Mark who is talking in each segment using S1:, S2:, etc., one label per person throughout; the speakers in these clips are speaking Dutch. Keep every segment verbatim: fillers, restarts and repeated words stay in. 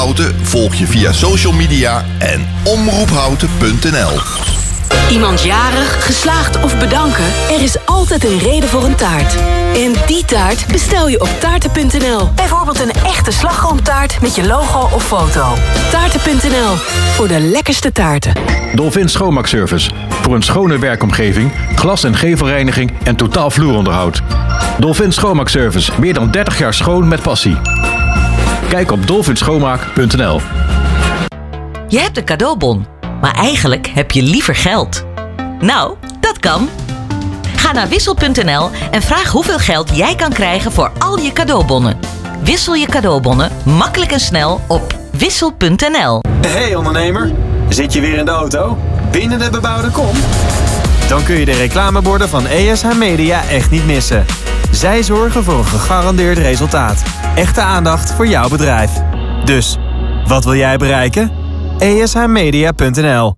S1: Houten volg je via social media en omroephouten punt n l.
S2: Iemand jarig, geslaagd of bedanken? Er is altijd een reden voor een taart. En die taart bestel je op taarten punt n l. Bijvoorbeeld een echte slagroomtaart met je logo of foto. taarten punt n l, voor de lekkerste taarten.
S3: Dolphin Schoonmaakservice. Voor een schone werkomgeving, glas- en gevelreiniging en totaal vloeronderhoud. Dolphin Schoonmaakservice. Meer dan dertig jaar schoon met passie. Kijk op dolphin schoonmaak punt n l.
S4: Je hebt een cadeaubon, maar eigenlijk heb je liever geld. Nou, dat kan. Ga naar wissel punt n l en vraag hoeveel geld jij kan krijgen voor al je cadeaubonnen. Wissel je cadeaubonnen makkelijk en snel op wissel punt n l.
S5: Hey ondernemer, zit je weer in de auto? Binnen de bebouwde kom? Dan kun je de reclameborden van E S H Media echt niet missen. Zij zorgen voor een gegarandeerd resultaat. Echte aandacht voor jouw bedrijf. Dus, wat wil jij bereiken? e s h media punt n l.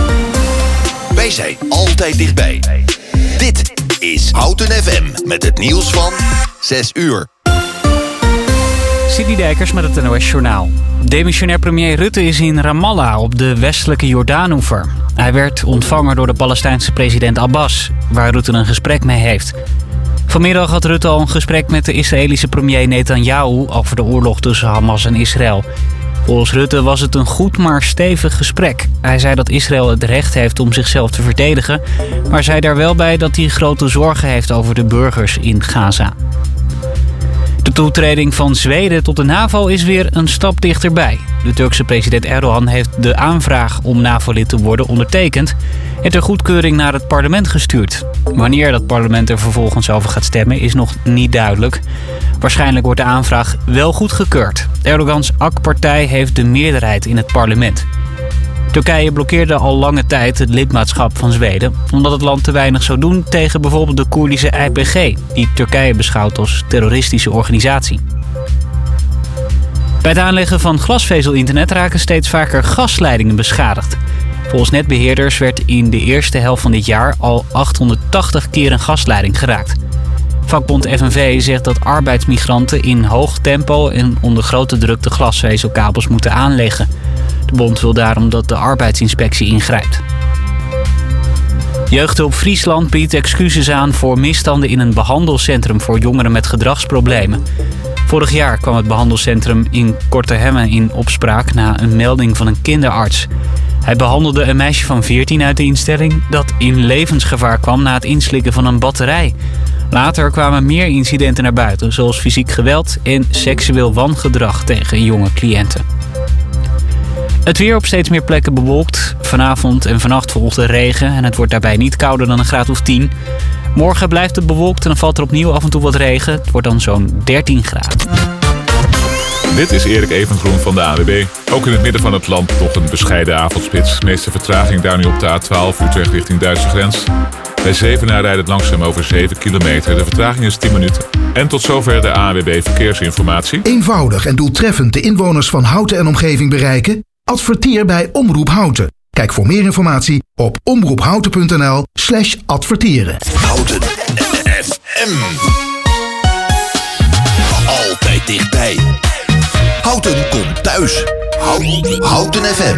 S1: Wij zijn altijd dichtbij. Dit is Houten F M met het nieuws van zes uur.
S6: Sidney Dijkers met het N O S Journaal. Demissionair premier Rutte is in Ramallah op de westelijke Jordaanoever. Hij werd ontvangen door de Palestijnse president Abbas, waar Rutte een gesprek mee heeft. Vanmiddag had Rutte al een gesprek met de Israëlische premier Netanyahu over de oorlog tussen Hamas en Israël. Volgens Rutte was het een goed maar stevig gesprek. Hij zei dat Israël het recht heeft om zichzelf te verdedigen, maar zei daar wel bij dat hij grote zorgen heeft over de burgers in Gaza. De toetreding van Zweden tot de NAVO is weer een stap dichterbij. De Turkse president Erdogan heeft de aanvraag om NAVO-lid te worden ondertekend en ter goedkeuring naar het parlement gestuurd. Wanneer dat parlement er vervolgens over gaat stemmen is nog niet duidelijk. Waarschijnlijk wordt de aanvraag wel goedgekeurd. Erdogans A K-partij heeft de meerderheid in het parlement. Turkije blokkeerde al lange tijd het lidmaatschap van Zweden, omdat het land te weinig zou doen tegen bijvoorbeeld de Koerdische I P G, die Turkije beschouwt als terroristische organisatie. Bij het aanleggen van glasvezelinternet raken steeds vaker gasleidingen beschadigd. Volgens netbeheerders werd in de eerste helft van dit jaar al achthonderdtachtig keer een gasleiding geraakt. Vakbond F N V zegt dat arbeidsmigranten in hoog tempo en onder grote druk de glasvezelkabels moeten aanleggen. De bond wil daarom dat de arbeidsinspectie ingrijpt. Jeugdhulp Friesland biedt excuses aan voor misstanden in een behandelcentrum voor jongeren met gedragsproblemen. Vorig jaar kwam het behandelcentrum in Kortehemme in opspraak na een melding van een kinderarts. Hij behandelde een meisje van veertien uit de instelling dat in levensgevaar kwam na het inslikken van een batterij. Later kwamen meer incidenten naar buiten, zoals fysiek geweld en seksueel wangedrag tegen jonge cliënten. Het weer op steeds meer plekken bewolkt. Vanavond en vannacht volgt de regen en het wordt daarbij niet kouder dan een graad of tien. Morgen blijft het bewolkt en dan valt er opnieuw af en toe wat regen. Het wordt dan zo'n dertien graden.
S7: Dit is Erik Evengroen van de A N W B. Ook in het midden van het land nog een bescheiden avondspits. De meeste vertraging daar nu op de A twaalf Utrecht richting Duitse grens. Bij Zevenaar rijdt het langzaam over zeven kilometer. De vertraging is tien minuten. En tot zover de A N W B Verkeersinformatie.
S8: Eenvoudig en doeltreffend de inwoners van Houten en omgeving bereiken? Adverteer bij Omroep Houten. Kijk voor meer informatie op omroephouten punt n l slash adverteren.
S1: Houten F M. Altijd dichtbij. Houten komt thuis. Houten, Houten F M.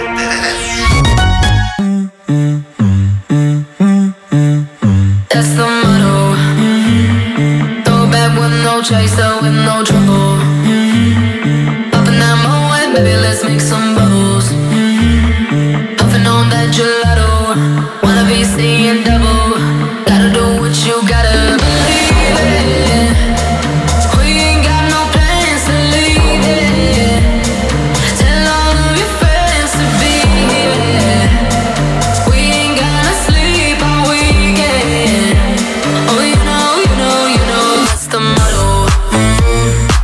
S9: That's the motto. Throw back with no chaser, with no trouble. Up and down my way, baby, let's make some bubbles. Puffing on that gelato. Wanna be seeing double. Gotta do what you gotta believe it. We ain't got no plans to leave it. Tell all of your friends to be here. We ain't gonna sleep all weekend. Oh, you know, you know, you know, that's the motto.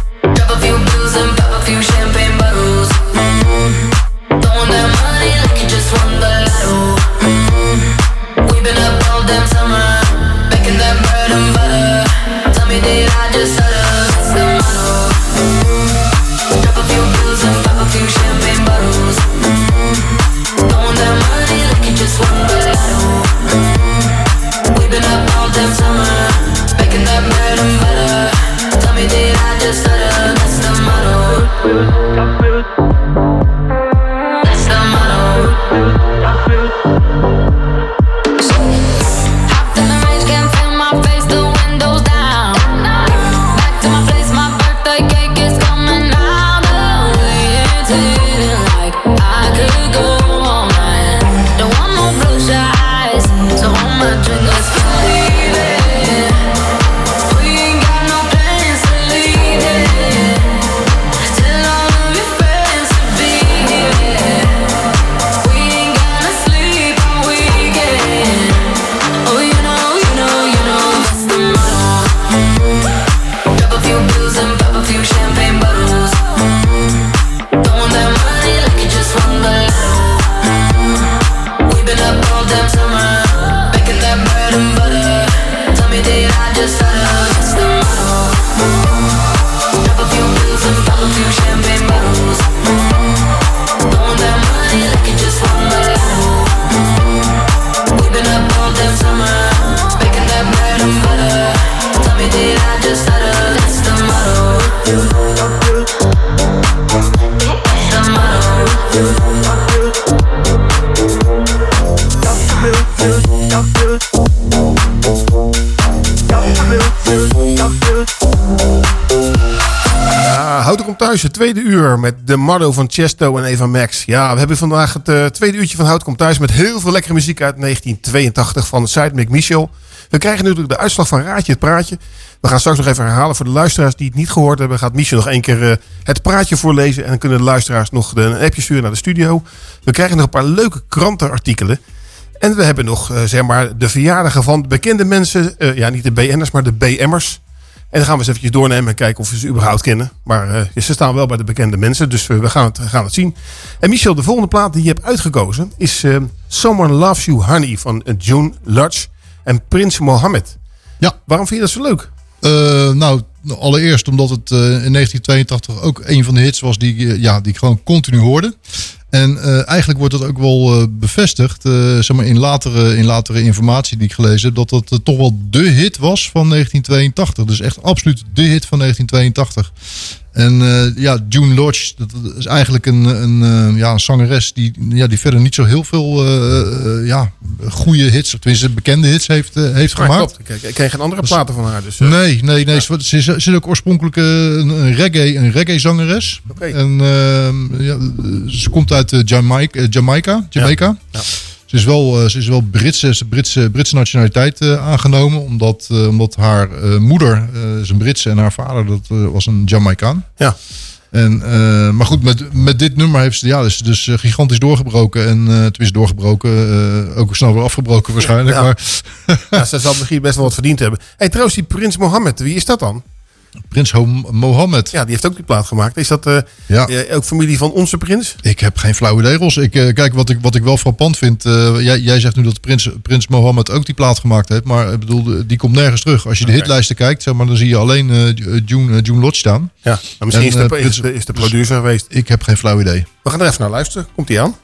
S10: thuis, het tweede uur met de Mardo van Chesto en Eva Max. Ja, we hebben vandaag het uh, tweede uurtje van Hout komt thuis met heel veel lekkere muziek uit negentien tweeëntachtig van Sidekick Michel. We krijgen natuurlijk de uitslag van Raadje het Praatje. We gaan straks nog even herhalen voor de luisteraars die het niet gehoord hebben. Gaat Michel nog één keer uh, het praatje voorlezen en dan kunnen de luisteraars nog de, een appje sturen naar de studio. We krijgen nog een paar leuke krantenartikelen. En we hebben nog uh, zeg maar de verjaardagen van bekende mensen. Uh, ja, niet de B N'ers, maar de B M'ers. En dan gaan we eens eventjes doornemen en kijken of we ze überhaupt kennen. Maar uh, ze staan wel bij de bekende mensen, dus uh, we gaan het, gaan het zien. En Michel, de volgende plaat die je hebt uitgekozen is uh, Someone Loves You Honey van uh, June Lodge en Prins Mohammed.
S11: Ja.
S10: Waarom vind je dat zo leuk?
S11: Uh, nou, allereerst omdat het uh, in negentien tweeëntachtig ook een van de hits was die, uh, ja, die ik gewoon continu hoorde. En uh, eigenlijk wordt dat ook wel uh, bevestigd, uh, zeg maar in latere, in latere informatie die ik gelezen heb, dat dat uh, toch wel de hit was van negentien tweeëntachtig. Dus echt absoluut de hit van negentien tweeëntachtig. En uh, ja, June Lodge, dat is eigenlijk een, een, uh, ja, een zangeres die, ja, die verder niet zo heel veel uh, uh, ja, goede hits, of tenminste bekende hits heeft, uh, heeft
S10: maar
S11: gemaakt.
S10: Klopt, ik, ik ken geen andere platen van haar. Dus, uh,
S11: nee, nee, nee. Ja. Ze, ze, ze is ook oorspronkelijk een, een reggae, een reggae zangeres.
S10: Okay.
S11: En uh, ja, ze komt uit uh, Jamaica, Jamaica. Jamaica. Ja. Ja. Ze is wel, uh, ze is wel Britse, Britse, Britse nationaliteit uh, aangenomen. Omdat, uh, omdat haar uh, moeder uh, is een Britse en haar vader dat, uh, was een Jamaicaan.
S10: Ja.
S11: En, uh, maar goed, met, met dit nummer heeft ze ja, dus, dus uh, gigantisch doorgebroken. En uh, tenminste doorgebroken, uh, ook snel weer afgebroken waarschijnlijk.
S10: Ja.
S11: Maar
S10: ja, ze zal misschien best wel wat verdiend hebben. Hey, trouwens, die Prins Mohammed, wie is dat dan?
S11: Prins Mohammed.
S10: Ja, die heeft ook die plaat gemaakt. Is dat uh,
S11: ja.
S10: uh, ook familie van onze prins?
S11: Ik heb geen flauw idee, Ros. Ik, uh, kijk, wat ik, wat ik wel frappant vind. Uh, jij, jij zegt nu dat prins, prins Mohammed ook die plaat gemaakt heeft. Maar ik bedoel, die komt nergens terug. Als je de okay. hitlijsten kijkt, zeg maar, dan zie je alleen uh, June, uh, June Lodge staan.
S10: Ja, maar misschien en, is, de, uh,
S11: prins,
S10: is, de, is de producer geweest.
S11: Ik heb geen flauw idee.
S10: We gaan er even naar luisteren. Komt die aan?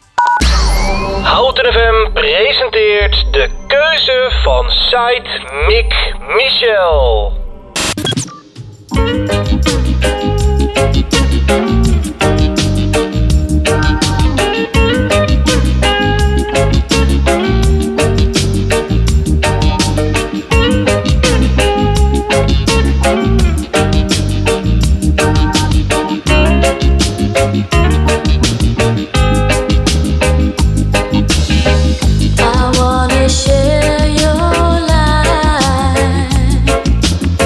S12: Houten F M presenteert de keuze van Sidekick Michel.
S9: I wanna share your life.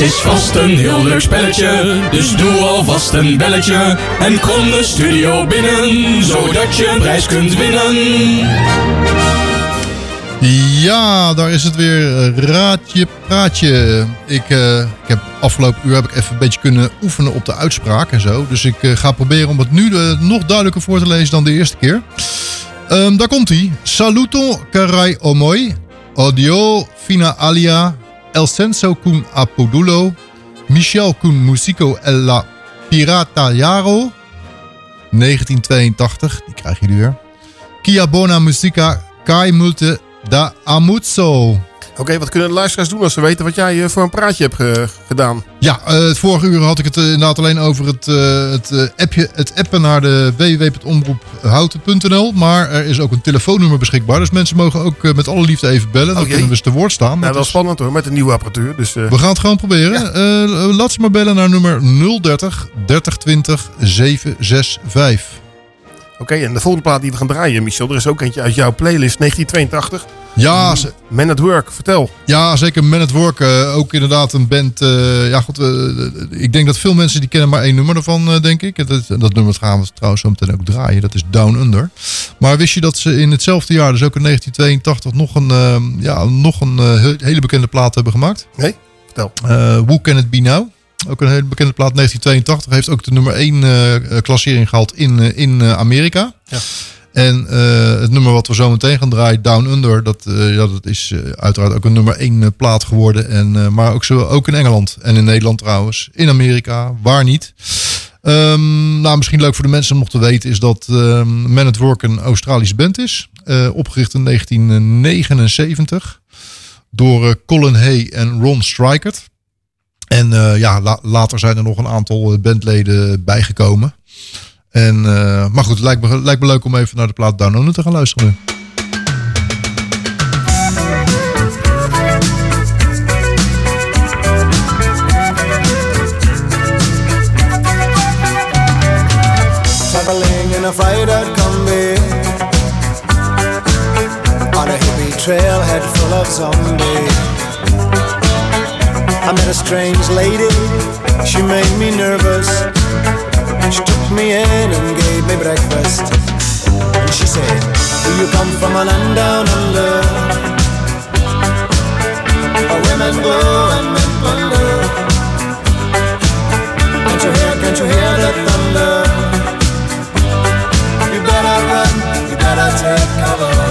S13: is vast een heel leuk spelletje, dus doe alvast een belletje en kom de studio binnen, zodat je een prijs kunt winnen.
S11: Ja, daar is het weer. Raadje praatje. Ik, uh, ik heb afgelopen uur heb ik even een beetje kunnen oefenen op de uitspraak en zo. Dus ik uh, ga proberen om het nu uh, nog duidelijker voor te lezen dan de eerste keer. Um, daar komt hij. Saluto carai omoi. Odio fina alia. El senso kun apodulo. Michel kun musico e la pirataiaro. negentien tweeëntachtig, die krijg je weer. Kia bona musica kai multe da amuzzo.
S10: Oké, okay, wat kunnen de luisteraars doen als ze weten wat jij uh, voor een praatje hebt uh, gedaan?
S11: Ja, uh, het vorige uur had ik het uh, inderdaad alleen over het, uh, het, uh, appje, het appen naar de w w w punt omroephouten punt n l. Maar er is ook een telefoonnummer beschikbaar. Dus mensen mogen ook uh, met alle liefde even bellen. Dan okay. kunnen we eens te woord staan.
S10: Nou, wel
S11: is...
S10: spannend hoor, met een nieuwe apparatuur. Dus, uh...
S11: We gaan het gewoon proberen. Ja. Uh, laat ze maar bellen naar nummer nul dertig dertig twintig zeven zes vijf.
S10: Oké, okay, en de volgende plaat die we gaan draaien, Michel, er is ook eentje uit jouw playlist negentien tweeëntachtig.
S11: Ja,
S10: ze... Man at Work, vertel.
S11: Ja, zeker Man at Work. Uh, ook inderdaad een band. Uh, ja, goed. Uh, ik denk dat veel mensen die kennen maar één nummer ervan, uh, denk ik. Dat, dat nummer gaan we trouwens zo meteen ook draaien. Dat is Down Under. Maar wist je dat ze in hetzelfde jaar, dus ook in negentien tweeëntachtig, nog een, uh, ja, nog een uh, hele bekende plaat hebben gemaakt?
S10: Nee, vertel.
S11: Uh, Who Can It Be Now? Ook een hele bekende plaat, negentien tweeëntachtig. Heeft ook de nummer één uh, klassering gehaald in, uh, in uh, Amerika. Ja. En uh, het nummer wat we zo meteen gaan draaien, Down Under, dat, uh, ja, dat is uh, uiteraard ook een nummer één uh, plaat geworden. En, uh, maar ook, zo, ook in Engeland en in Nederland trouwens. In Amerika, waar niet. Um, nou, misschien leuk voor de mensen om nog te weten is dat uh, Man at Work een Australische band is. Uh, opgericht in negentien negenenzeventig door uh, Colin Hay en Ron Strykert. En uh, ja, la- later zijn er nog een aantal bandleden bijgekomen. En, uh, maar goed, het lijkt me, lijkt me leuk om even naar de plaat Down Under te gaan luisteren.
S14: Traveling in a fried-out combi on a hippie trailhead full of zombies. I met a strange lady, she made me nervous. She took me in and gave me breakfast. And she said, do you come from a land down under, where women go and men plunder? Can't you hear, can't you hear the thunder? You better run, you better take cover.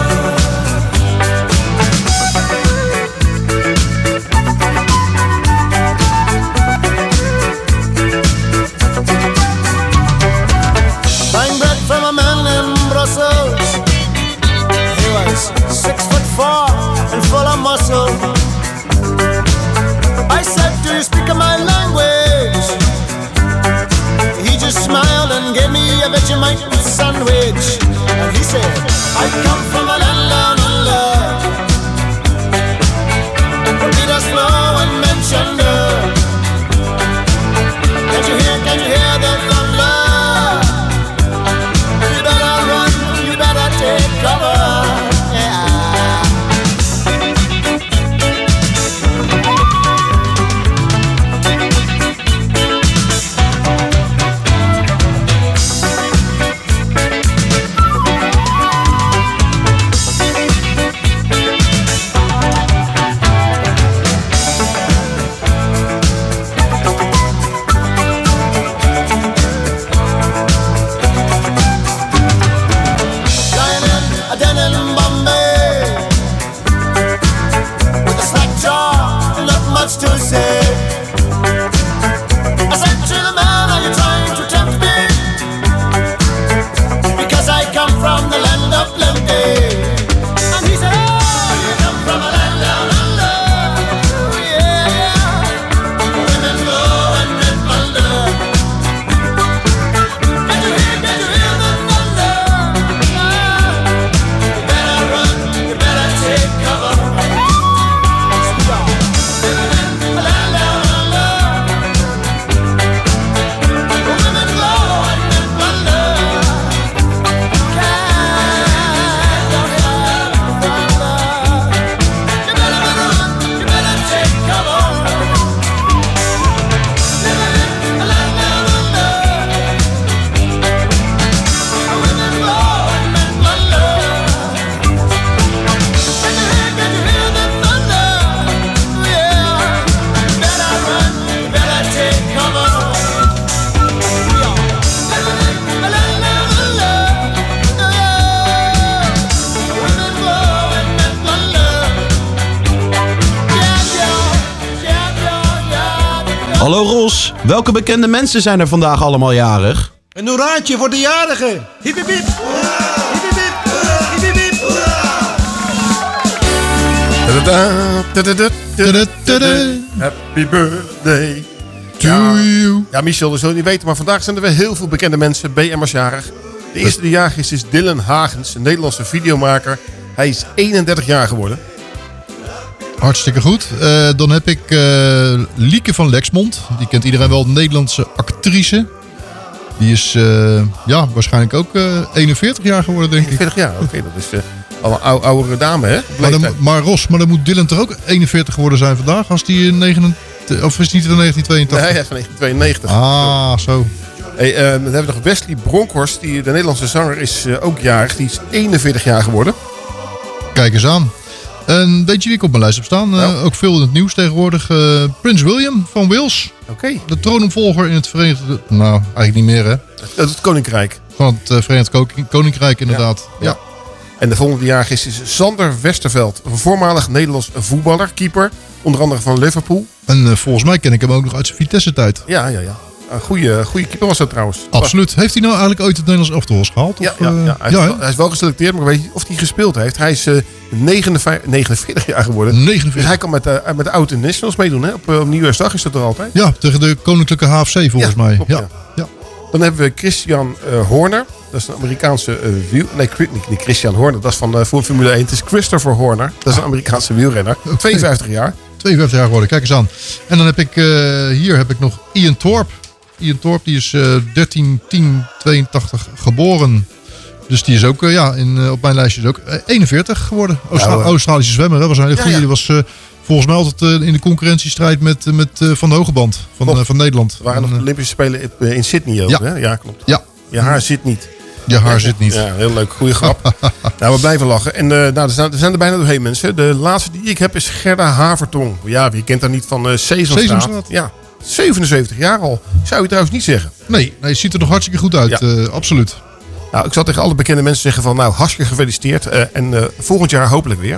S14: Six foot four and full of muscle.
S15: Hallo Ros, welke bekende mensen zijn er vandaag allemaal jarig?
S16: Een hoeraatje voor de jarigen. Hip hip hip. Hip hip hip. Hip hip hip.
S10: Happy birthday to you. Ja, Michel, dat zul je niet weten, maar vandaag zijn er weer heel veel bekende mensen, B M'ers jarig. De eerste die jarig is, is Dylan Hagens, een Nederlandse videomaker. Hij is eenendertig jaar geworden.
S11: Hartstikke goed. Uh, dan heb ik uh, Lieke van Lexmond. Die kent iedereen wel, een Nederlandse actrice. Die is uh, ja, waarschijnlijk ook uh, eenenveertig jaar geworden, denk ik.
S10: eenenveertig jaar, oké. Okay, dat is uh, al een oude, oudere dame, hè?
S11: Maar, dan, maar Ros, maar dan moet Dylan toch ook eenenveertig geworden zijn vandaag? Als die in negenentwintig, of is die van negentien tweeëntachtig?
S10: Nee, hij is van negentien tweeënnegentig.
S11: Ah, zo.
S10: Hey, uh, dan hebben we nog Wesley Bronkhorst, die, de Nederlandse zanger, is uh, ook jarig. Die is eenenveertig jaar geworden.
S11: Kijk eens aan. En weet je wie ik op mijn lijst heb staan?
S10: Nou.
S11: Uh, ook veel in het nieuws tegenwoordig. Uh, Prins William van Wales.
S10: Oké. Okay.
S11: De troonopvolger in het Verenigde... Nou, eigenlijk niet meer, hè?
S10: Het, het Koninkrijk.
S11: Van het uh, Verenigd Koninkrijk, inderdaad.
S10: Ja. ja. En de volgende jaar is, is Sander Westerveld. Een voormalig Nederlands voetballer, keeper. Onder andere van Liverpool.
S11: En uh, volgens mij ken ik hem ook nog uit zijn Vitesse-tijd.
S10: Ja, ja, ja. Een goede, goede keeper was dat trouwens.
S11: Absoluut. Heeft hij nou eigenlijk ooit het Nederlands elftal gehaald?
S10: Ja,
S11: of,
S10: ja,
S11: uh...
S10: ja. Hij,
S11: ja
S10: is wel, hij is wel geselecteerd, maar ik weet niet of hij gespeeld heeft. Hij is uh, negenenvijftig, negenenveertig jaar geworden.
S11: negenenveertig.
S10: Dus hij kan met, uh, met de Oud Nationals meedoen. Hè? Op, uh, op Nieuwjaarsdag is dat er altijd.
S11: Ja, tegen de Koninklijke H F C volgens
S10: ja,
S11: mij.
S10: Klopt,
S11: ja.
S10: Ja.
S11: Ja.
S10: Dan hebben we Christian uh, Horner. Dat is een Amerikaanse uh, wiel... Nee, niet, niet Christian Horner. Dat is van uh, voor Formule één. Het is Christopher Horner. Dat is een Amerikaanse wielrenner. Okay. tweeënvijftig jaar.
S11: tweeënvijftig jaar geworden. Kijk eens aan. En dan heb ik uh, hier heb ik nog Ian Thorpe. Ian Thorpe die is uh, dertien tien tweeëntachtig geboren. Dus die is ook uh, ja, in, uh, op mijn lijstje is ook uh, eenenveertig geworden. Austra- ja, Australische zwemmer. Dat was een hele goede. Ja, ja. Die was uh, volgens mij altijd uh, in de concurrentiestrijd met, uh, met uh, Van de Hogeband van, uh, van Nederland.
S10: Er waren
S11: en,
S10: nog de Olympische Spelen in Sydney ook.
S11: Ja,
S10: hè? Ja klopt.
S11: Ja.
S10: Je haar zit niet.
S11: Je haar zit niet.
S10: Ja, heel leuk. Goeie grap. Nou, we blijven lachen. En uh, nou, er, zijn, er zijn er bijna doorheen mensen. De laatste die ik heb is Gerda Havertong. Ja, wie kent haar niet van uh, Sesamstraat?
S11: Sesamstraat.
S10: Ja, zevenenzeventig jaar al. Zou je trouwens niet zeggen.
S11: Nee, nee, ziet er nog hartstikke goed uit. Ja. Uh, absoluut.
S10: Nou, ik zal tegen alle bekende mensen zeggen van nou, hartstikke gefeliciteerd. Uh, en uh, volgend jaar hopelijk weer.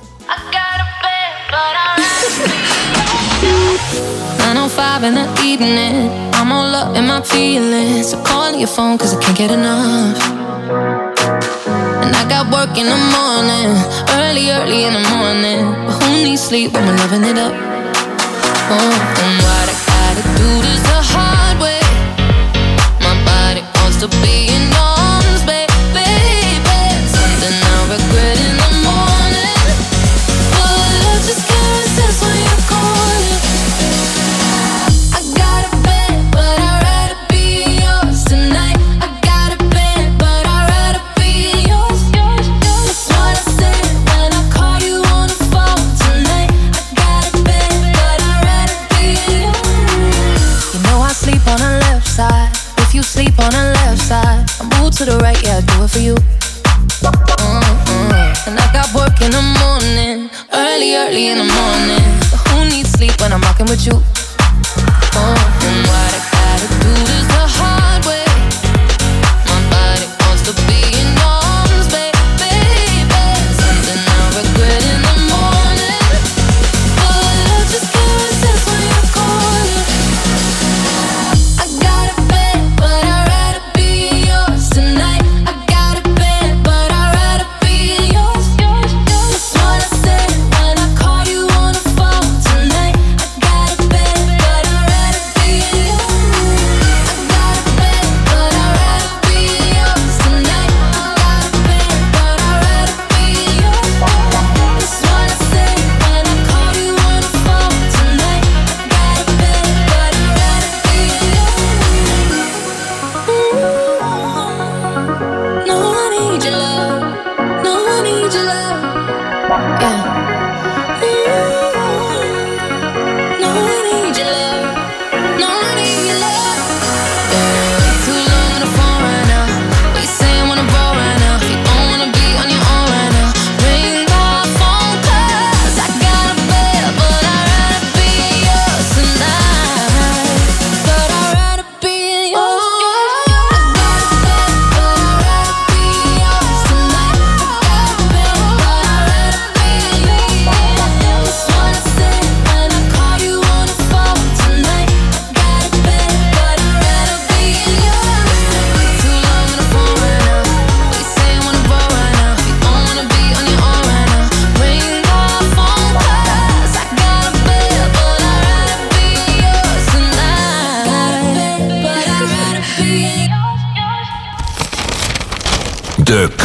S9: nine oh five in the evening, I'm all up in my feelings. So calling your phone cause I can't get enough. And I got work in the morning, early, early in the morning. But who needs sleep when we're loving it up? Oh, and what I gotta do this the hard way. My body wants to be in arms, baby, baby. Something I regret in the morning. But love just can't resist when you're calling. I got a bed, but I'd rather be yours tonight. I got a bed, but I'd rather be yours, yours, yours. That's what I said when I call you on the phone tonight. I got a bed, but I'd rather be yours. You know I sleep on the left side. If you sleep on the left side, I move to the right, yeah, I do it for you. Mm-hmm. And I got work in the morning, early, early in the morning. But who needs sleep when I'm rocking with you? Oh, and what I gotta do this the hard way. My body wants to be in arms, baby, baby. Something I regret in the morning. But love just can't resist when you're calling. I got a bed, but I'd rather be yours tonight. I got a bed, but I'd rather be yours, yours, yours. That's what I said when I call you on the phone tonight. I got a bed,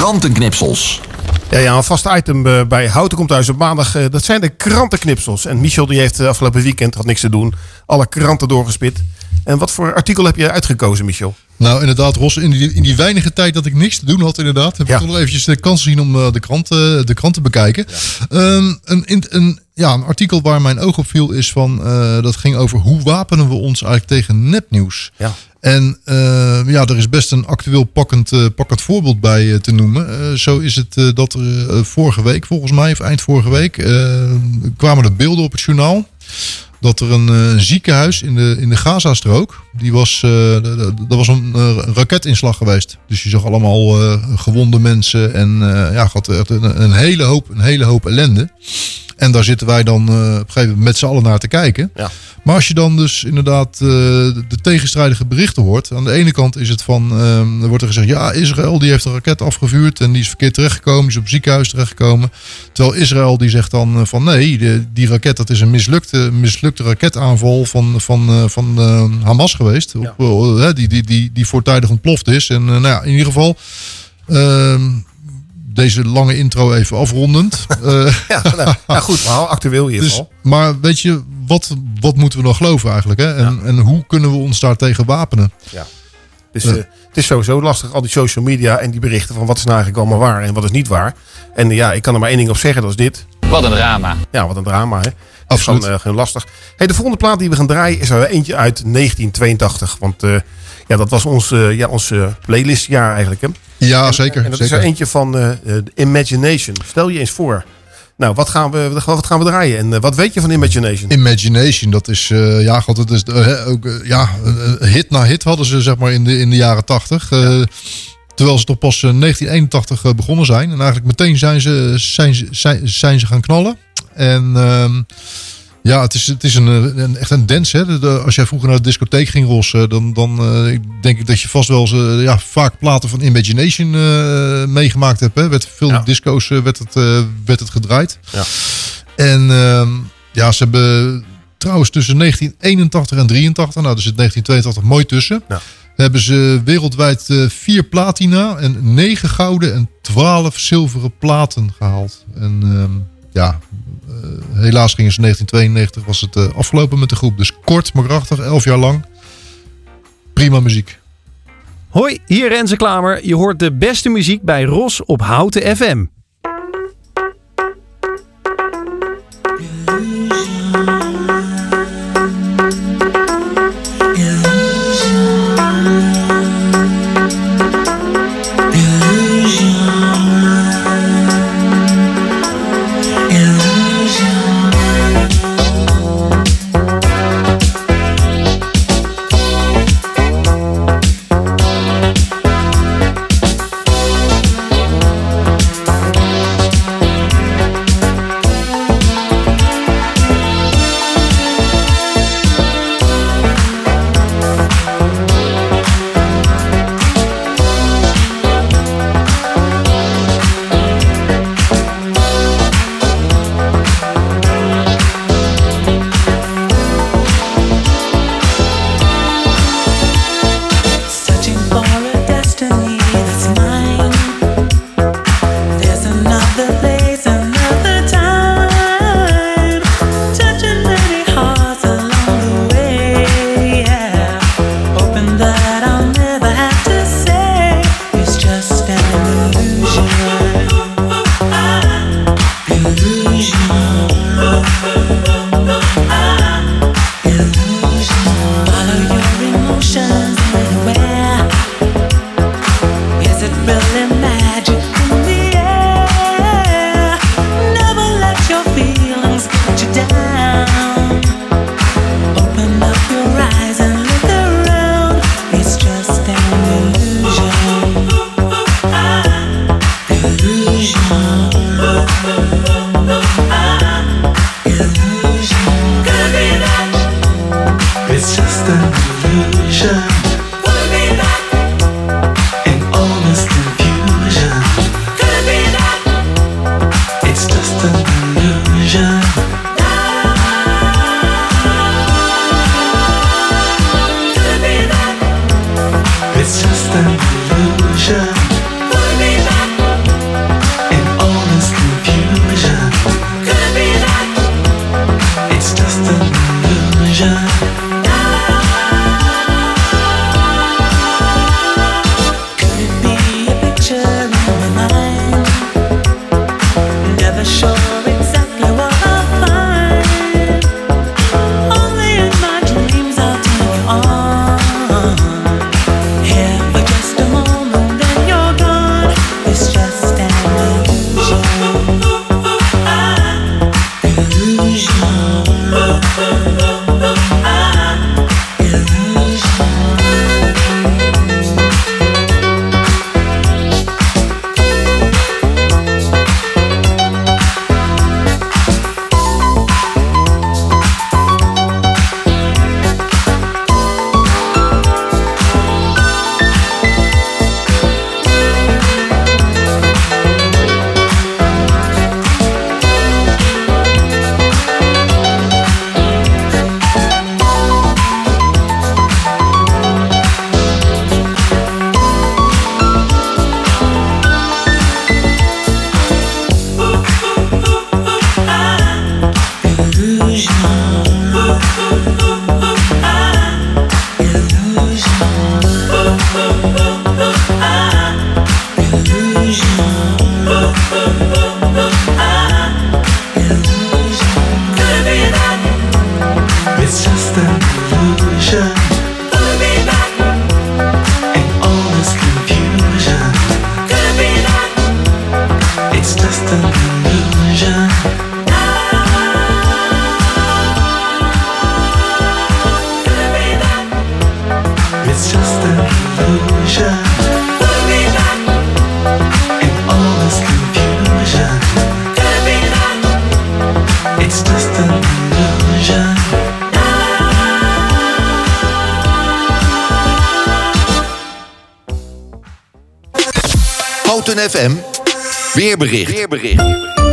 S1: krantenknipsels.
S10: Ja, ja, een vast item uh, bij Houten komt thuis op maandag. Uh, dat zijn de krantenknipsels. En Michel die heeft uh, afgelopen weekend, had niks te doen, alle kranten doorgespit. En wat voor artikel heb je uitgekozen, Michel?
S11: Nou, inderdaad, Ros, in die, in die weinige tijd dat ik niks te doen had, inderdaad, heb ja. ik toch nog eventjes de kans gezien om uh, de kranten de krant te bekijken. Ja. Um, een, een, ja, een artikel waar mijn oog op viel is van, uh, dat ging over hoe wapenen we ons eigenlijk tegen nepnieuws. Ja. En uh, ja, er is best een actueel pakkend, uh, pakkend voorbeeld bij uh, te noemen. Uh, zo is het uh, dat er uh, vorige week, volgens mij, of eind vorige week, uh, kwamen er beelden op het journaal. Dat er een uh, ziekenhuis in de, in de Gazastrook, die was, uh, dat was een uh, raketinslag geweest. Dus je zag allemaal uh, gewonde mensen en uh, ja, had echt een, een, hele hoop, een hele hoop ellende. En daar zitten wij dan uh, op een gegeven moment met z'n allen naar te kijken. Ja. Maar als je dan dus inderdaad uh, de tegenstrijdige berichten hoort. Aan de ene kant is het van, uh, er wordt er gezegd, ja, Israël die heeft een raket afgevuurd en die is verkeerd terechtgekomen, die is op het ziekenhuis terechtgekomen. Terwijl Israël die zegt dan uh, van nee, de, die raket dat is een mislukte, mislukte raketaanval van, van, uh, van uh, Hamas geweest. Ja. Op, uh, die, die, die, die voortijdig ontploft is. En uh, nou ja, in ieder geval... Uh, Deze lange intro even afrondend. Uh, ja, nou,
S10: nou goed, maar actueel in ieder geval.
S11: Dus, maar weet je, wat, wat moeten we dan geloven eigenlijk? Hè? En, ja. en hoe kunnen we ons daar tegen wapenen?
S10: Ja. Dus, uh, uh, het is sowieso lastig, al die social media en die berichten van wat is nou eigenlijk allemaal waar en wat is niet waar. En uh, ja, ik kan er maar één ding op zeggen, dat is dit.
S6: Wat een drama.
S10: Ja, wat een drama, hè. Absoluut. Gewoon, uh, gewoon lastig. Hey, de volgende plaat die we gaan draaien is er eentje uit negentien tweeëntachtig. Want uh, ja, dat was ons, uh, ja, ons uh, playlistjaar eigenlijk, hè.
S11: Ja,
S10: en,
S11: zeker.
S10: En dat
S11: zeker.
S10: is er eentje van uh, uh, Imagination. Stel je eens voor. Nou, wat gaan we, wat gaan we draaien? En uh, wat weet je van Imagination?
S11: Imagination, dat is, uh, ja, god, dat is uh, ook, uh, ja, uh, hit na hit hadden ze zeg maar in de, in de jaren tachtig. Uh, ja. Terwijl ze toch pas uh, negentien eenentachtig uh, begonnen zijn. En eigenlijk meteen zijn ze, zijn ze, zijn, zijn ze gaan knallen. En uh, ja, het is, het is een, een, echt een dance. Hè? De, de, als jij vroeger naar de discotheek ging, Ros, dan, dan uh, denk ik dat je vast wel uh, ja, vaak platen van Imagination uh, meegemaakt hebt. Hè? Werd veel ja. disco's uh, werd, het, uh, werd het gedraaid. Ja. En uh, ja, ze hebben trouwens tussen negentien eenentachtig en drieëntachtig, nou, er zit negentien tweeëntachtig mooi tussen. Ja. Hebben ze wereldwijd uh, vier platina en negen gouden en twaalf zilveren platen gehaald. En uh, ja, uh, helaas gingen ze negentien tweeënnegentig was het uh, afgelopen met de groep. Dus kort maar krachtig, elf jaar lang. Prima muziek.
S17: Hoi, hier Renze Klamer. Je hoort de beste muziek bij Ros op Houten F M.
S1: Houten F M, weerbericht. weerbericht.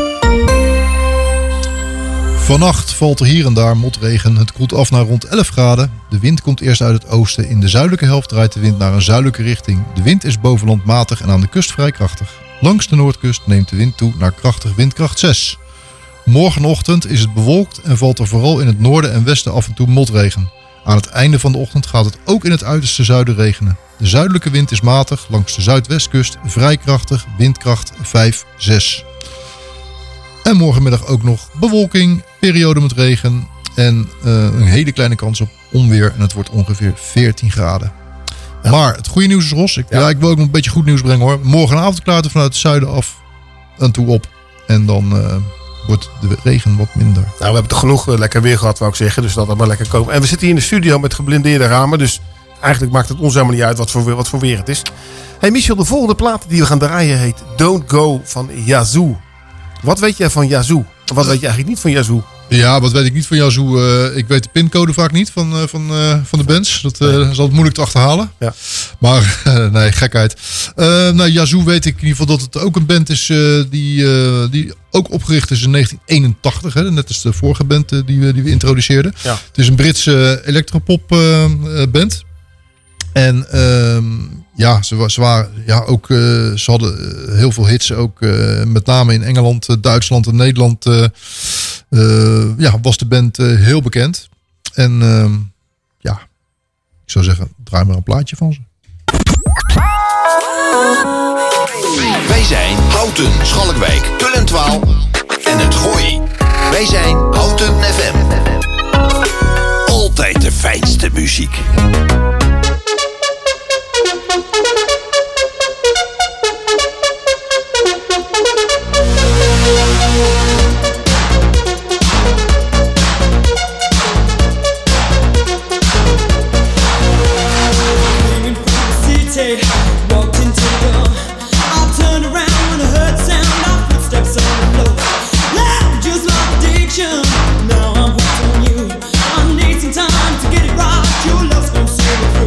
S11: Vannacht valt er hier en daar motregen. Het koelt af naar rond elf graden. De wind komt eerst uit het oosten. In de zuidelijke helft draait de wind naar een zuidelijke richting. De wind is boven land matig en aan de kust vrij krachtig. Langs de noordkust neemt de wind toe naar krachtig windkracht zes. Morgenochtend is het bewolkt en valt er vooral in het noorden en westen af en toe motregen. Aan het einde van de ochtend gaat het ook in het uiterste zuiden regenen. De zuidelijke wind is matig, langs de zuidwestkust vrij krachtig, windkracht vijf, zes. En morgenmiddag ook nog bewolking, periode met regen en uh, een hele kleine kans op onweer. En het wordt ongeveer veertien graden. Ja. Maar het goede nieuws is, Ros, ik, ja. Ja, ik wil ook nog een beetje goed nieuws brengen hoor. Morgenavond klaart het vanuit het zuiden af en toe op. En dan uh, wordt de regen wat minder.
S10: Nou, we hebben toch genoeg uh, lekker weer gehad, wou ik zeggen. Dus dat het maar lekker komen. En we zitten hier in de studio met geblindeerde ramen. Dus eigenlijk maakt het ons helemaal niet uit wat voor, wat voor weer het is. Hey Michel, de volgende plaat die we gaan draaien heet Don't Go van Yazoo. Wat weet jij van Yazoo? Wat weet je eigenlijk niet van Yazoo?
S11: Ja, wat weet ik niet van Yazoo? Uh, ik weet de pincode vaak niet van, uh, van, uh, van de bands. Dat uh, is altijd moeilijk te achterhalen. Ja. Maar uh, nee, gekheid. Uh, nou, Yazoo weet ik in ieder geval dat het ook een band is uh, die, uh, die ook opgericht is in negentien eenentachtig. Hè? Net als de vorige band uh, die, we, die we introduceerden. Ja. Het is een Britse elektropop uh, band. En uh, ja, ze, ze waren ja ook uh, ze hadden heel veel hits, ook uh, met name in Engeland, uh, Duitsland en Nederland. Uh, uh, ja, was de band uh, heel bekend. En uh, ja, ik zou zeggen, draai maar een plaatje van ze.
S1: Wij zijn Houten, Schalkwijk, Tullentwaal en het Gooi. Wij zijn Houten F M. Altijd de fijnste muziek.
S18: Walked into the door. I turned around when I heard the sound of footsteps on the floor. Loud, just like addiction. Now I'm hooked on you. I need some time to get it right. Your love's gonna see me through.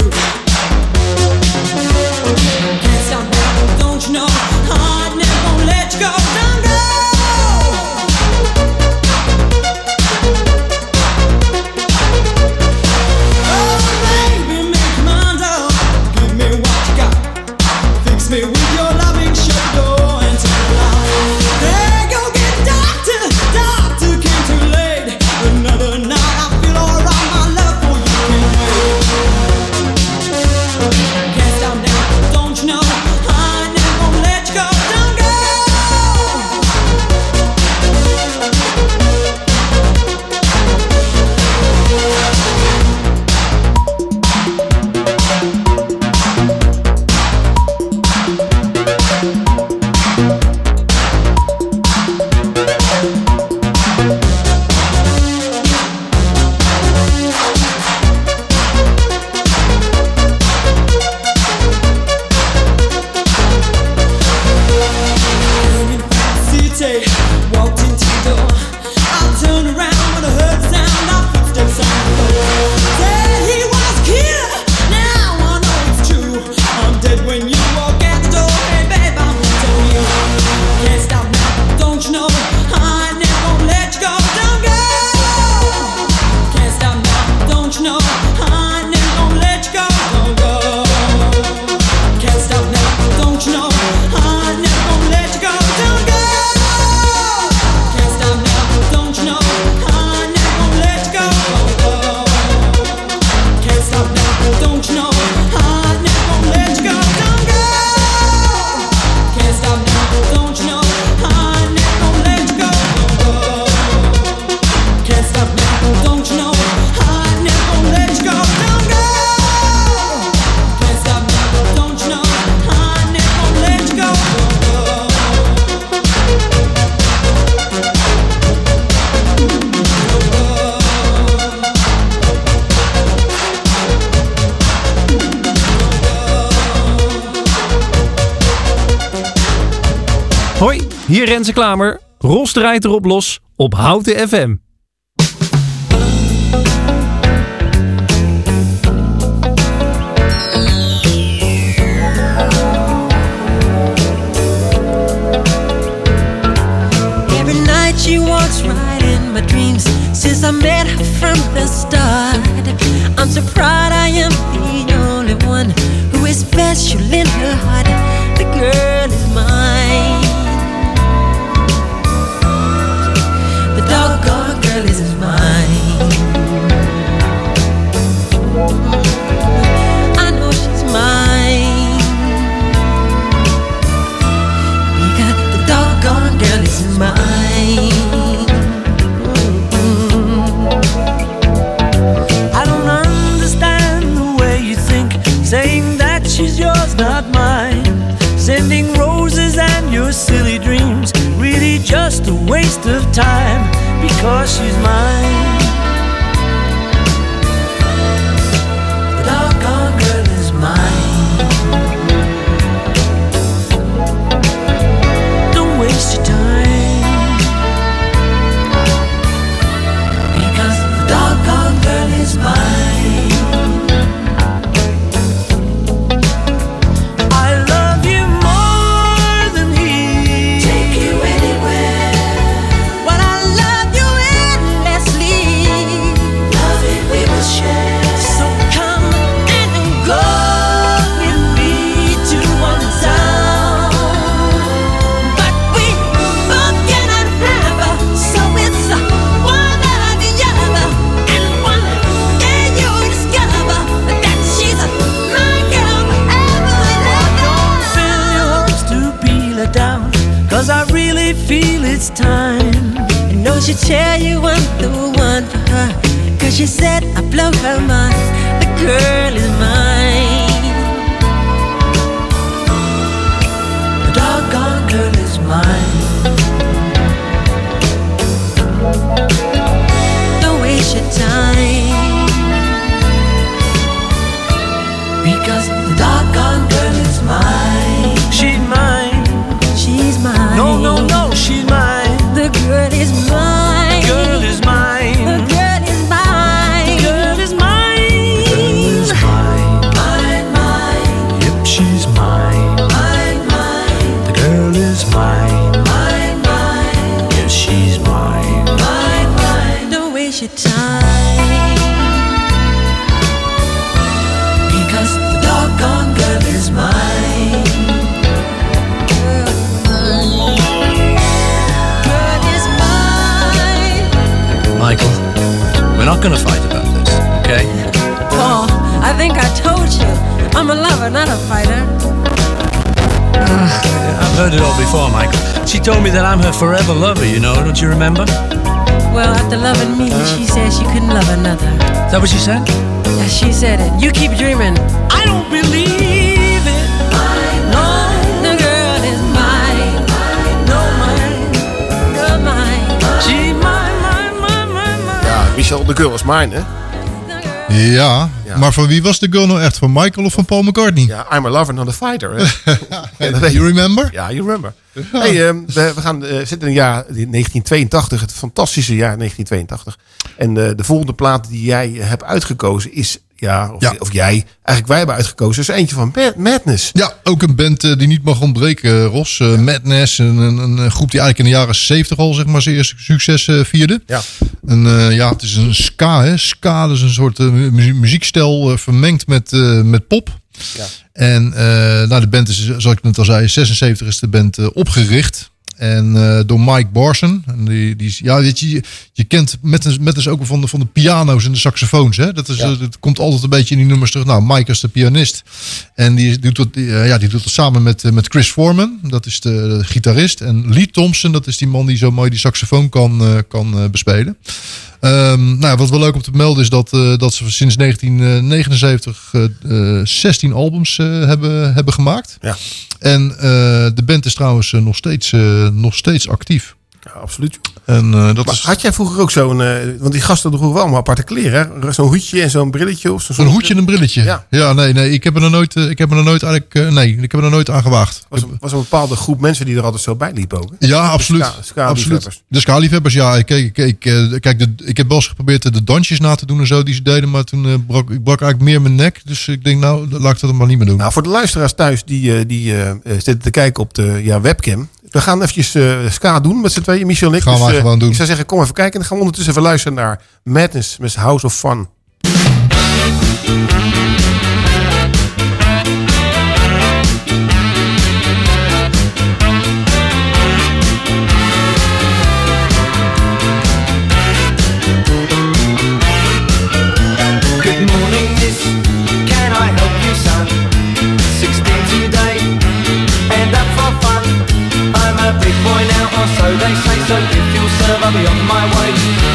S18: I never gonna let you go, don't go. Can't stop now, don't you know? I never gonna let you go, don't go. Can't stop now, don't you know? I never gonna let you go, don't go. Can't stop now, don't you know? I never gonna let you go, don't go. Can't stop now, don't you know? I never gonna let you go, don't go. Can't stop now, don't you know? I never gonna let you go, don't go. Can't stop now, don't you know? I never gonna let you go, don't go.
S17: Hoi, hier Renze Klamer. Ros draait erop los op Houten F M.
S19: Every night she walks right in my dreams since I met her from the start. I'm so proud I am the only one who is special in her heart. The girl is mine. The doggone girl is mine. I know she's mine because the doggone girl is mine.
S18: I don't understand the way you think, saying that she's yours, not mine. Sending roses and your silly dreams, really just a waste of time, because she's mine. The doggone girl is mine. Don't waste your time, because the doggone girl is mine. I love you more than he. Take you anywhere.
S19: But I love you endlessly.
S18: Love it we will share.
S19: So come and go
S18: with me to one town.
S19: but we both cannot have her. So it's uh, one or the other. And one day you discover that she's uh, my girl forever and
S18: Don't fill your hopes to be let down, cause I really feel it's time.
S19: I know she'll tell you I'm the one for her, cause she said I blow her mind. The girl is mine.
S18: The doggone girl is mine.
S19: Don't waste your time,
S18: Because the doggone girl is mine. She's mine.
S19: she's mine.
S18: No, no, no, she's mine.
S19: The girl is mine.
S18: Girl is mine.
S19: The girl is mine.
S18: Girl is mine. Girl is mine. Mine, mine. Yep, she's mine. Mine, mine. The girl is mine. Mine, mine. Yes, she's mine. Mine, mine.
S19: Don't waste your time,
S18: Because the doggone girl is mine.
S19: girl is mine.
S20: Michael, we're not going to fight about this, okay?
S19: Paul, I think I told you, I'm a lover, not a fighter.
S20: I've heard it all before, Michael. She told me that I'm her forever lover, you know, don't you remember?
S19: Well, after loving me, she said she couldn't love another.
S20: Is that what she said?
S19: Yeah, she said it. You keep dreaming.
S18: I don't believe it. No,
S19: The girl is mine.
S18: no, mine.
S19: Girl mine.
S18: She mine, mine, mine, mine, mine.
S10: Ja, Michel, de girl is mine, hè?
S11: Ja,
S10: Ja.
S11: maar van wie was de girl nou echt? Van Michael of van Paul McCartney?
S10: Ja, I'm a lover, not a fighter. Hè? Ja, dat weet
S11: You
S10: je.
S11: remember?
S10: Ja, you remember. Hey, ehm, we, we gaan, uh, zitten in het jaar negentien tweeëntachtig, het fantastische jaar negentien tweeëntachtig. En uh, de volgende plaat die jij hebt uitgekozen is ja, of, ja. of jij, eigenlijk wij hebben uitgekozen. Dus eentje van Mad- Madness.
S11: Ja, ook een band uh, die niet mag ontbreken, Ros. Uh, ja. Madness, een, een, een groep die eigenlijk in de jaren zeventig al zeg maar zijn eerste succes uh, vierde.
S10: Ja.
S11: En uh, ja, het is een ska, hè. Ska, dus een soort uh, muzie- muziekstijl uh, vermengd met, uh, met pop.
S10: Ja.
S11: En uh, nou, de band is, zoals ik net al zei, zesenzeventig is de band uh, opgericht. En uh, door Mike Barson. En die, die, ja, weet je, je kent met, met dus ook van de, van de piano's en de saxofoons. Hè? Dat, is, ja. dat komt altijd een beetje in die nummers terug. Nou, Mike is de pianist. En die doet dat, uh, ja, die doet dat samen met, uh, met Chris Foreman. Dat is de, de gitarist. En Lee Thompson, dat is die man die zo mooi die saxofoon kan, uh, kan uh, bespelen. Um, nou, wat wel leuk om te melden is dat, uh, dat ze sinds negentien negenenzeventig uh, uh, zestien albums uh, hebben, hebben gemaakt.
S10: Ja.
S11: En uh, de band is trouwens uh, nog, steeds, uh, nog steeds actief.
S10: Ja, absoluut.
S11: En, uh, dat
S10: maar
S11: is...
S10: had jij vroeger ook zo'n... Uh, want die gasten droegen wel allemaal aparte kleren. Hè? Zo'n hoedje en zo'n brilletje. Of zo'n
S11: Een hoedje en een brilletje?
S10: Ja.
S11: Ja, nee, nee. Ik heb er nog nooit, uh, ik heb er nog nooit eigenlijk... Uh, nee, ik heb er nog nooit aan gewaagd.
S10: Was, een, was een bepaalde groep mensen die er altijd zo bij liepen ook. Hè?
S11: Ja, absoluut.
S10: De ska, ska
S11: absoluut. De ska-liefhebbers, ja. Ik, ik, ik, uh, kijk, de, ik heb wel eens geprobeerd de dansjes na te doen en zo die ze deden. Maar toen uh, brak ik brak eigenlijk meer mijn nek. Dus ik denk, nou, laat ik dat maar niet meer doen.
S10: Nou, voor de luisteraars thuis die, uh, die uh, zitten te kijken op de ja, webcam... We gaan eventjes uh, ska doen met z'n tweeën, Michel en ik.
S11: Gaan we
S10: dus, uh,
S11: gewoon doen.
S10: Ik zou zeggen, kom even kijken. En dan gaan we ondertussen even luisteren naar Madness met House of Fun.
S18: Good morning, miss. Can I help you, son? sixteen today, and up for fun. I'm a big boy now, or so they say. So if you'll serve, I'll be on my way.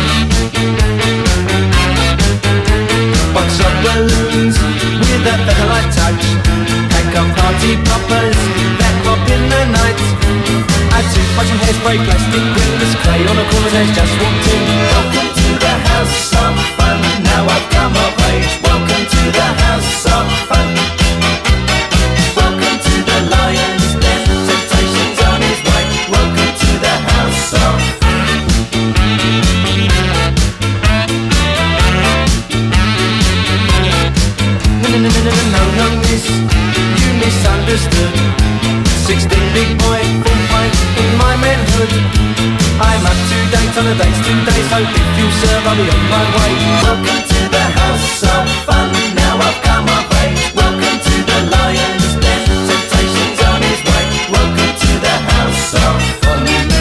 S18: Box of balloons with a featherlight touch. Pack of party poppers that pop in the night. A toothbrush and hairspray, plastic windows, clay on a corner's edge, just walked in. Welcome to the house of fun. Now I've come of age. Welcome to the house of fun. Welcome to the lion's den. Temptation's on his way. Welcome to the house of No, no, no, no, no, no, no, miss. You misunderstood. Sixteen big boy, full fight in my manhood. I'm up to date on the dates today, so if you serve, I'll be on my way. Welcome to the house of fun. Now I've come of age. Welcome to the lion's den. Temptation's on his way. Welcome to the house of fun.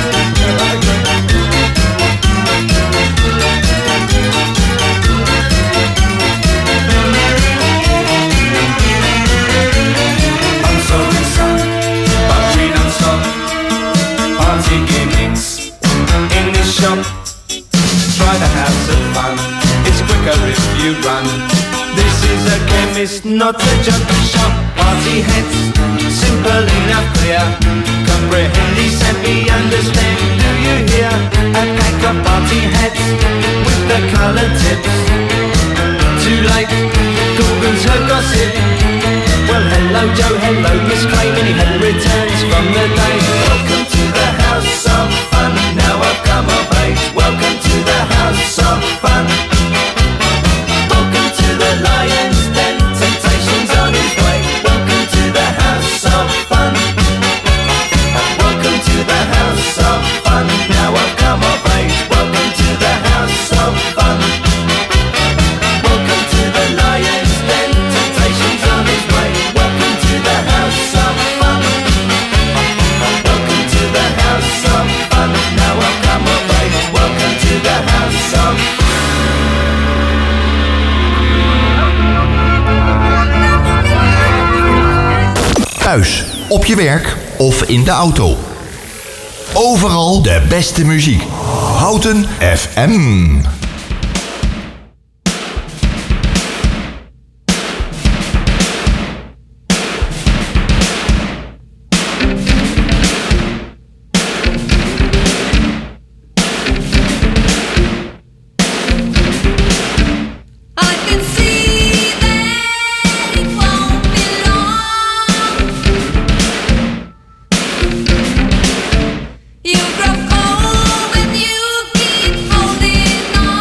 S18: I'm sorry, son, but we don't stop. Party gimmicks in this shop. Try the house of fun. It's quicker if you run. This is a chemist, not a junkie shop. Party hats, simple enough, clear. Comprehend these and me understand. Do you hear? A pack of party hats with the colored tips. Too late, Google's her gossip. Well, hello Joe, hello Miss Clay. Many head returns from the day. Welcome to the house of fun. Now I've come of age. Welcome to the house of fun. Welcome to the lion's den. Temptation's on his way. Welcome to the house of fun. Welcome to the house of fun. Now I've come of age. Welcome to the house of fun. Welcome to the lion's den. Temptation's on his way. Welcome to the house of fun. Welcome to the house of fun. Now I've come of age. Welcome to the house of fun.
S1: Thuis, op je werk of in de auto. Overal de beste muziek. Houten F M.
S9: You grow cold when you keep holding on.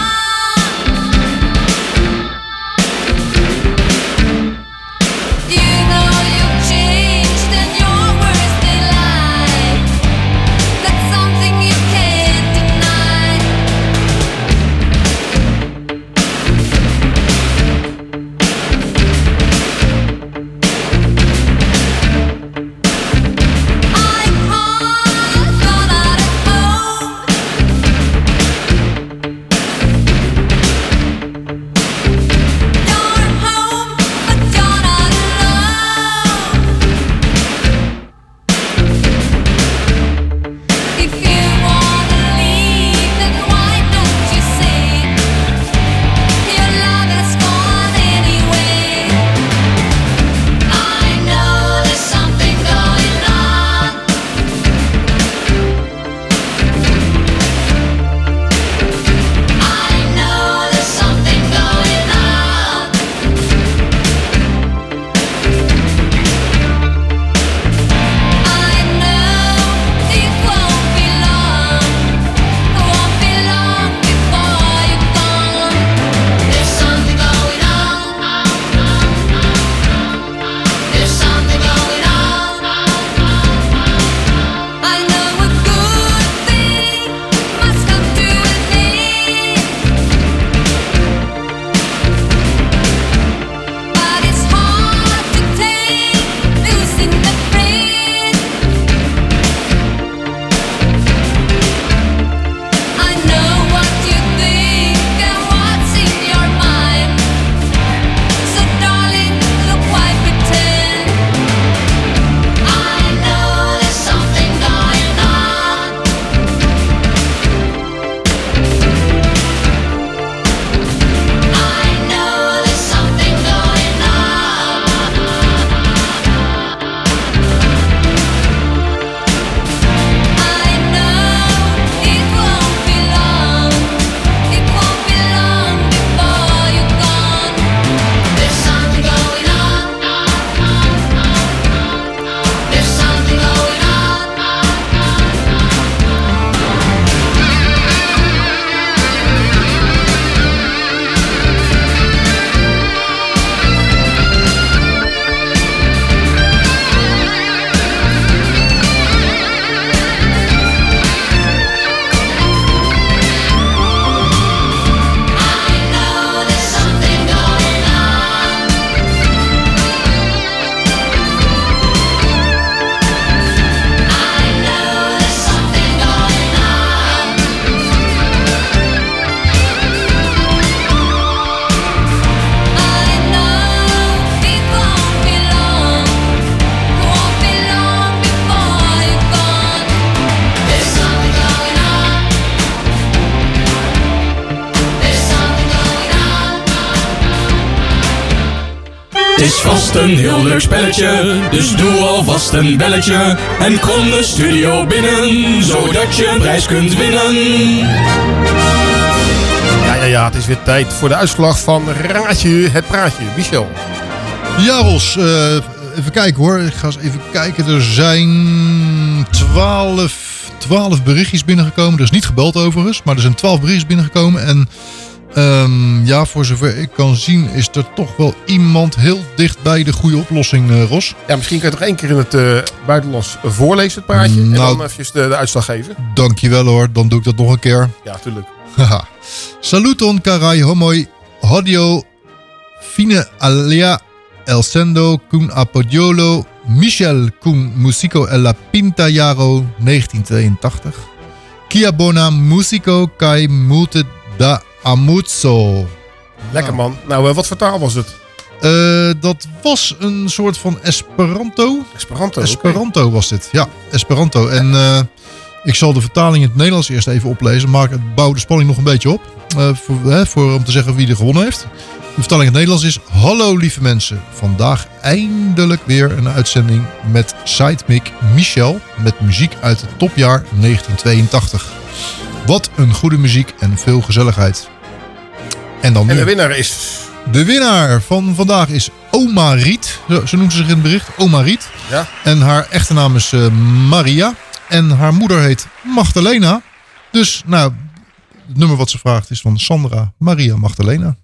S13: is vast een heel leuk spelletje, dus doe alvast een belletje en kom de studio binnen, zodat je een prijs kunt winnen.
S10: Ja, ja, ja, het is weer tijd voor de uitslag van Raadje het Praatje. Michel.
S11: Ja, Ros. Uh, even kijken hoor. Ik ga eens even kijken. Er zijn twaalf, twaalf berichtjes binnengekomen. Er is niet gebeld overigens, maar er zijn twaalf berichtjes binnengekomen. En um, ja, voor zover ik kan zien is er toch wel iemand heel dicht bij de goede oplossing, uh, Ros.
S10: Ja, misschien kan je toch één keer in het uh, buitenlands voorlezen, het praatje. Nou, en dan even de, de uitslag geven.
S11: Dankjewel hoor. Dan doe ik dat nog een keer.
S10: Ja, tuurlijk.
S11: Haha. Saluton carai homoi hodio fine alia el sendo cun apodiolo Michel cun musico e la pinta jaro negentien tweeëntachtig. Kia bona musico kai multe da amuzzo.
S10: Lekker man. Nou, uh, wat voor taal was het?
S11: Uh, dat was een soort van Esperanto.
S10: Esperanto,
S11: Esperanto okay. was dit. Ja, Esperanto. En uh, ik zal de vertaling in het Nederlands eerst even oplezen. Maar het bouwt de spanning nog een beetje op. Uh, voor, hè, voor, om te zeggen wie er gewonnen heeft. De vertaling in het Nederlands is: hallo lieve mensen. Vandaag eindelijk weer een uitzending met Sidekick Michel. Met muziek uit het topjaar negentien tweeëntachtig. Wat een goede muziek en veel gezelligheid. En, dan
S10: en
S11: nu.
S10: de winnaar is...
S11: De winnaar van vandaag is Oma Riet. Zo, zo noemt ze zich in het bericht. Oma Riet.
S10: Ja.
S11: En haar echte naam is uh, Maria. En haar moeder heet Magdalena. Dus nou, het nummer wat ze vraagt is van Sandra Maria Magdalena.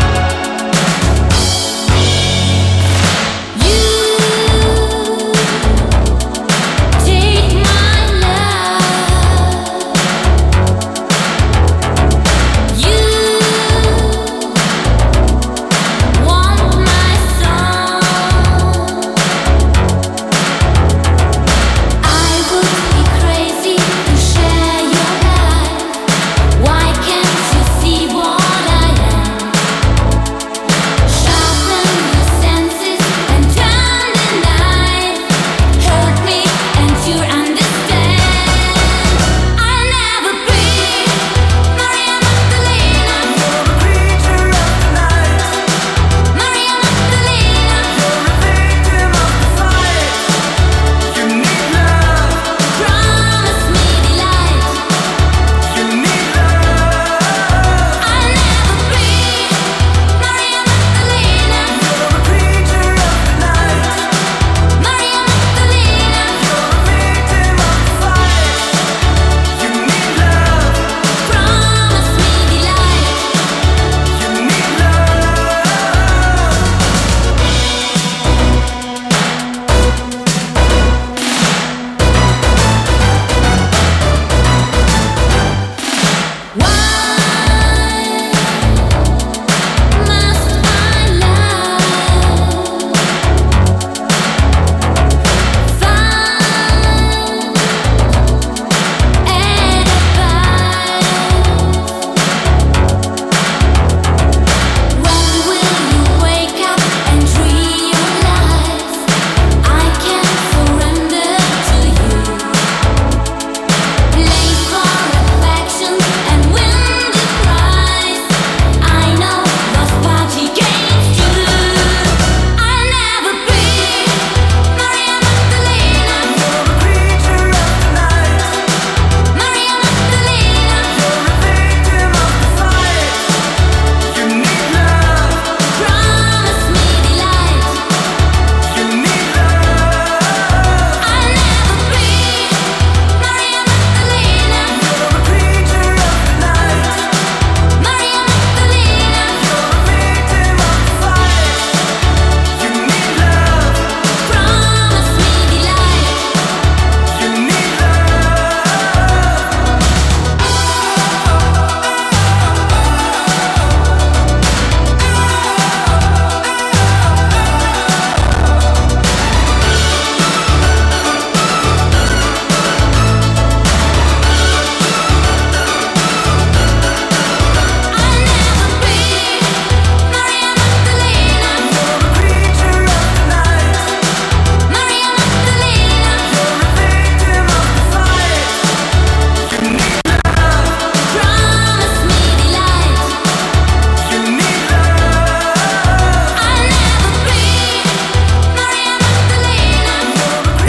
S9: You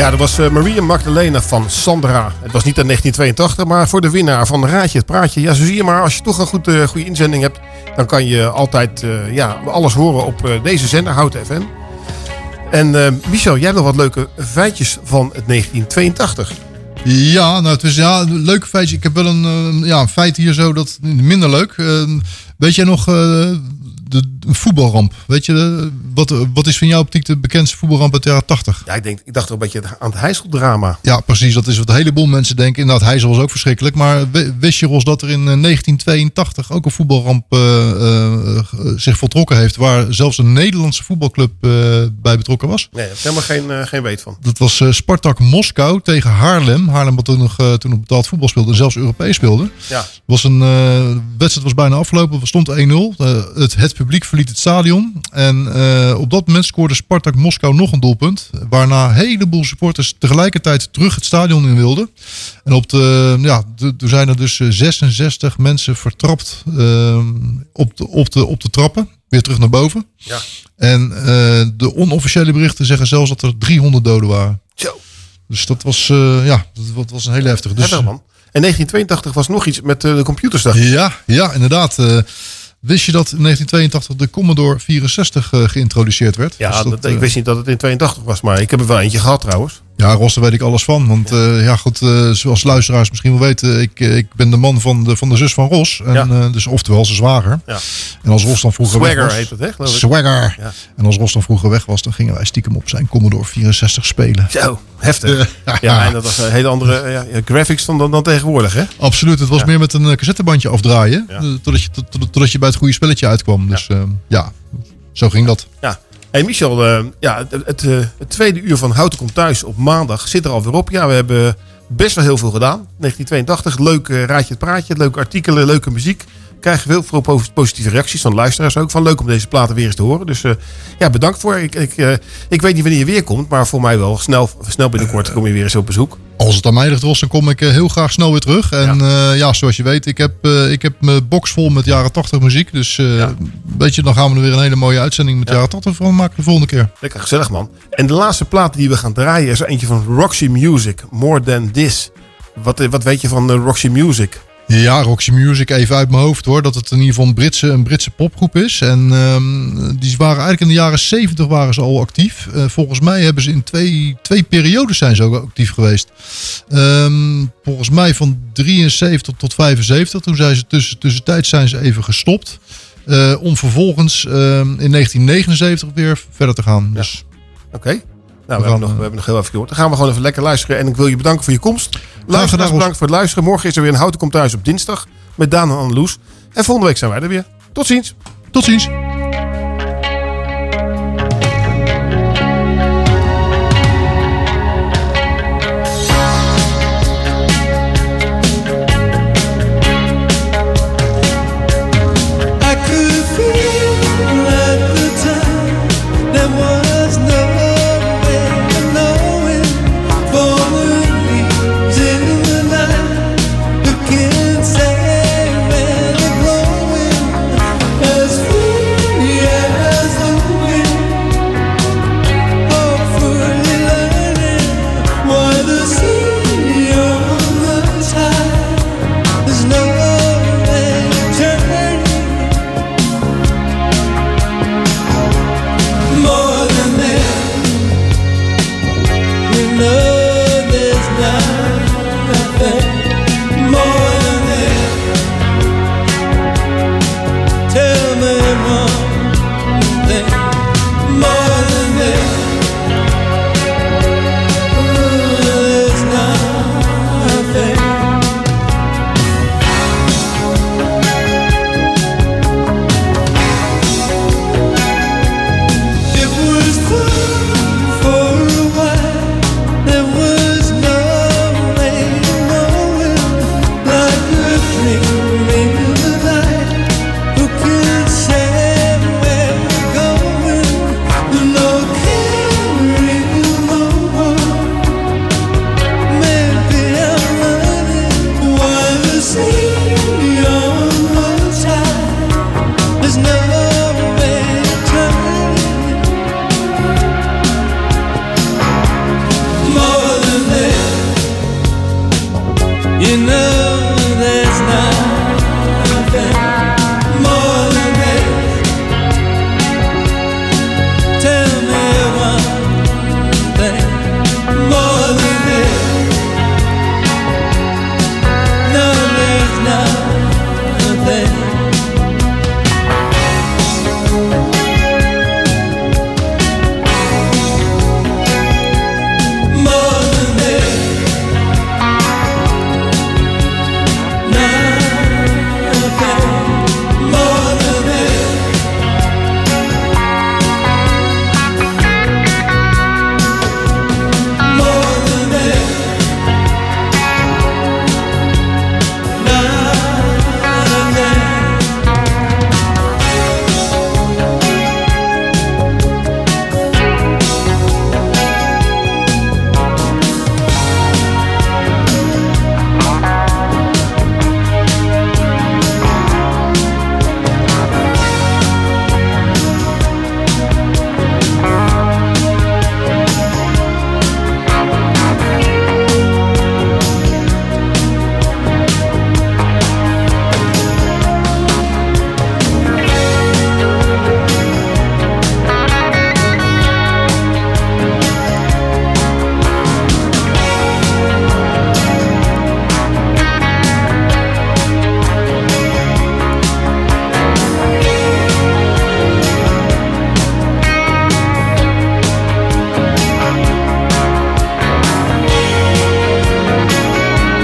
S10: Ja, dat was uh, Maria Magdalena van Sandra. Het was niet in negentien tweeëntachtig, maar voor de winnaar van Raadje het Praatje. Ja, zo zie je maar, als je toch een goed, uh, goede inzending hebt, dan kan je altijd uh, ja, alles horen op uh, deze zender, Houten F M. En uh, Michel, jij hebt nog wat leuke feitjes van het negentien tweeëntachtig.
S11: Ja, nou, het is ja, een leuke feitje. Ik heb wel een, uh, ja, een feit hier zo, dat minder leuk. Uh, weet jij nog... Uh, De, de voetbalramp. Weet je, de, wat, wat is van jouw optiek de bekendste voetbalramp uit de jaren tachtig?
S10: Ja, ik, denk, ik dacht er een beetje aan het Heiseldrama.
S11: Ja, precies. Dat is wat een heleboel mensen denken. Inderdaad, Heisel was ook verschrikkelijk. Maar wist je, Ros, dat er in negentien tweeëntachtig ook een voetbalramp uh, uh, zich voltrokken heeft, waar zelfs een Nederlandse voetbalclub uh, bij betrokken was?
S10: Nee, daar heb ik helemaal geen, uh, geen weet van.
S11: Dat was uh, Spartak Moskou tegen Haarlem. Haarlem wat toen nog, uh, toen nog betaald voetbal speelde en zelfs Europees speelde. Ja. Was een uh, wedstrijd was bijna afgelopen. Er stond één nul. Uh, het, het publiek verliet het stadion. En uh, op dat moment scoorde Spartak Moskou nog een doelpunt. Waarna een heleboel supporters tegelijkertijd terug het stadion in wilden. En op de, ja, toen zijn er dus zesenzestig mensen vertrapt uh, op, de, op, de, op de trappen. Weer terug naar boven.
S10: Ja.
S11: En uh, de onofficiële berichten zeggen zelfs dat er driehonderd doden waren.
S10: Zo.
S11: Dus dat was, uh, ja, dat was een hele heftige. Dus,
S10: heftig, man. En negentien tweeëntachtig was nog iets met uh, de computers.
S11: Ja, ja, inderdaad. Uh, Wist je dat in negentien tweeëntachtig de Commodore vierenzestig uh, geïntroduceerd werd?
S10: Ja,
S11: dus dat,
S10: dat, ik wist niet dat het in tweeëntachtig was, maar ik heb er wel eentje gehad trouwens.
S11: Ja, Ros, daar weet ik alles van. Want uh, ja, goed, uh, zoals luisteraars misschien wel weten, ik, uh, ik ben de man van de, van de zus van Ros. En, ja. uh, dus oftewel zijn zwager.
S10: Ja.
S11: En als Ros dan vroeger
S10: Swagger
S11: weg was...
S10: heet het, hè? Geloof ik.
S11: Swagger.
S10: Ja.
S11: En als Ros dan vroeger weg was, dan gingen wij stiekem op zijn Commodore vierenzestig spelen.
S10: Zo, heftig. Uh, ja, ja, en dat was een hele andere uh, ja, graphics dan, dan, dan tegenwoordig, hè?
S11: Absoluut, het was ja. meer met een uh, cassettebandje afdraaien. Ja. Uh, totdat, je, tot, totdat je bij het goede spelletje uitkwam. Dus ja, uh, ja zo ging dat.
S10: Ja. Hey Michel, uh, ja, het, het, uh, het tweede uur van Houten komt thuis op maandag zit er alweer op. Ja, we hebben best wel heel veel gedaan. negentien tweeëntachtig, leuk uh, raadje het praatje, leuke artikelen, leuke muziek. Krijgen veel, veel positieve reacties van luisteraars ook. Van leuk om deze platen weer eens te horen. Dus uh, ja, bedankt voor. Ik, ik, uh, ik weet niet wanneer je weer komt, maar voor mij wel snel, snel binnenkort kom je weer eens op bezoek.
S11: Als het aan mij ligt, Ros, dan kom ik uh, heel graag snel weer terug. En ja, uh, ja zoals je weet, ik heb, uh, ik heb mijn box vol met jaren tachtig muziek. Dus uh, ja. weet je, dan gaan we er weer een hele mooie uitzending met ja. jaren tachtig van maken de volgende keer.
S10: Lekker gezellig, man. En de laatste plaat die we gaan draaien is er eentje van Roxy Music, More Than This. Wat, wat weet je van uh, Roxy Music?
S11: Ja, Roxy Music, even uit mijn hoofd hoor. Dat het in ieder geval een Britse, een Britse popgroep is. En um, die waren eigenlijk in de jaren zeventig waren ze al actief. Uh, volgens mij hebben ze in twee, twee periodes zijn ze ook actief geweest. Um, volgens mij van drieënzeventig tot vijfenzeventig. Toen zijn ze tussen, tussentijds zijn ze even gestopt. Uh, om vervolgens um, in negentien negenenzeventig weer verder te gaan.
S10: Ja.
S11: Dus,
S10: Oké. Okay. Nou, we, we, hebben nog, we hebben nog heel even gehoord. Dan gaan we gewoon even lekker luisteren. En ik wil je bedanken voor je komst. Luisteraars, bedankt voor het luisteren. Morgen is er weer een Houten komt thuis op dinsdag. Met Daan en Anneloes. En volgende week zijn wij er weer. Tot ziens.
S11: Tot ziens.
S18: Say when they're glowing as in the